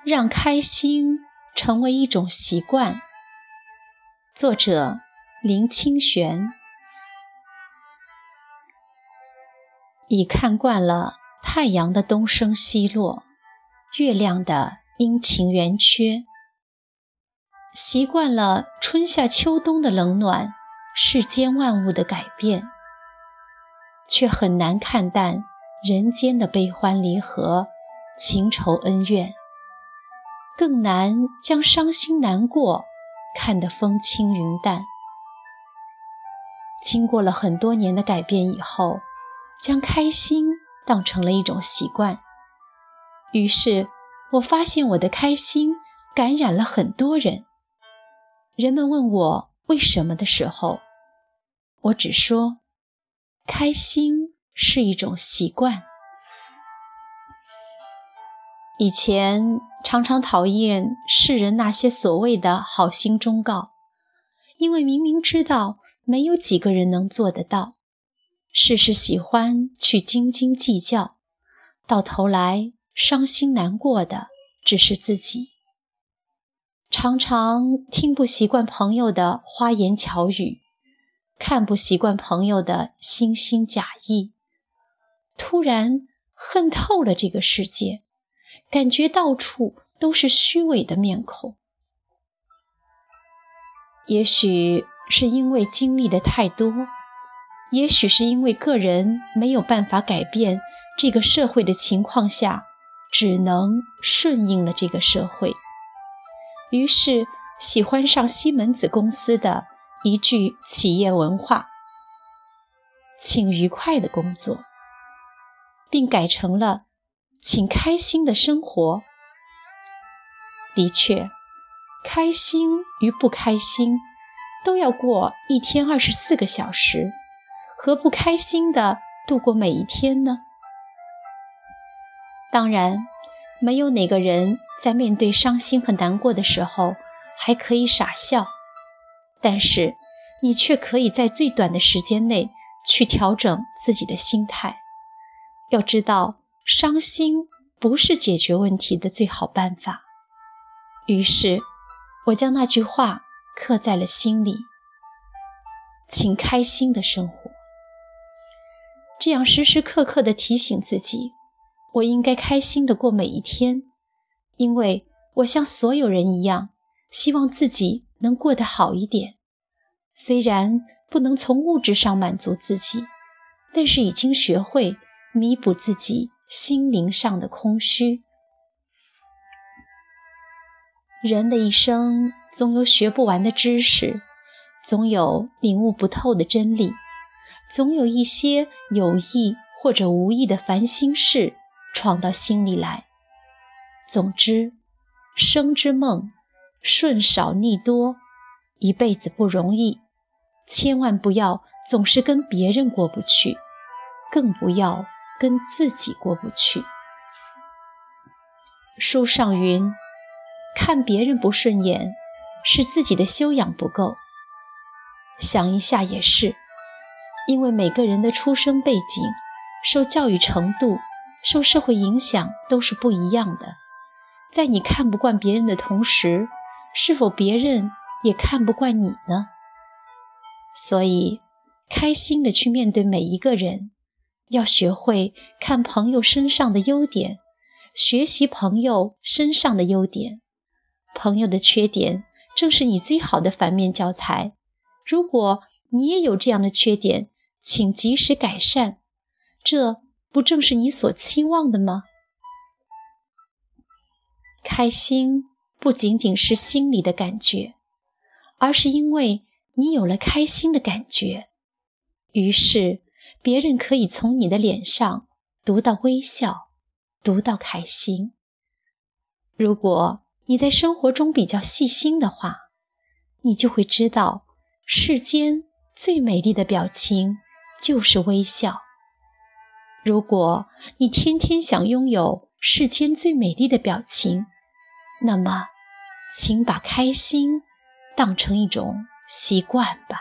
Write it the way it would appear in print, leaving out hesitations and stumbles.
让开心成为一种习惯。作者林清玄。已看惯了太阳的东升西落，月亮的阴晴圆缺，习惯了春夏秋冬的冷暖，世间万物的改变，却很难看淡人间的悲欢离合、情仇恩怨，更难将伤心难过看得风轻云淡。经过了很多年的改变以后，将开心当成了一种习惯，于是我发现我的开心感染了很多人。人们问我为什么的时候，我只说开心是一种习惯。以前常常讨厌世人那些所谓的好心忠告，因为明明知道没有几个人能做得到，事事喜欢去斤斤计较，到头来伤心难过的只是自己。常常听不习惯朋友的花言巧语，看不习惯朋友的惺惺假意，突然恨透了这个世界，感觉到处都是虚伪的面孔。也许是因为经历的太多，也许是因为个人没有办法改变这个社会的情况下，只能顺应了这个社会。于是喜欢上西门子公司的一句企业文化，请愉快的工作，并改成了请开心的生活。的确，开心与不开心都要过一天24个小时，何不开心地度过每一天呢？当然，没有哪个人在面对伤心和难过的时候还可以傻笑，但是你却可以在最短的时间内去调整自己的心态。要知道，伤心不是解决问题的最好办法。于是我将那句话刻在了心里，请开心的生活。这样时时刻刻地提醒自己，我应该开心地过每一天，因为我像所有人一样，希望自己能过得好一点。虽然不能从物质上满足自己，但是已经学会弥补自己心灵上的空虚。人的一生总有学不完的知识，总有领悟不透的真理，总有一些有意或者无意的烦心事闯到心里来。总之，生之梦，顺少逆多，一辈子不容易，千万不要总是跟别人过不去，更不要跟自己过不去。书上云，看别人不顺眼，是自己的修养不够。想一下也是，因为每个人的出生背景、受教育程度、受社会影响都是不一样的。在你看不惯别人的同时，是否别人也看不惯你呢？所以，开心地去面对每一个人，要学会看朋友身上的优点，学习朋友身上的优点。朋友的缺点正是你最好的反面教材。如果你也有这样的缺点，请及时改善，这不正是你所期望的吗？开心不仅仅是心里的感觉，而是因为你有了开心的感觉，于是别人可以从你的脸上读到微笑，读到开心。如果你在生活中比较细心的话，你就会知道，世间最美丽的表情就是微笑。如果你天天想拥有世间最美丽的表情，那么请把开心当成一种习惯吧。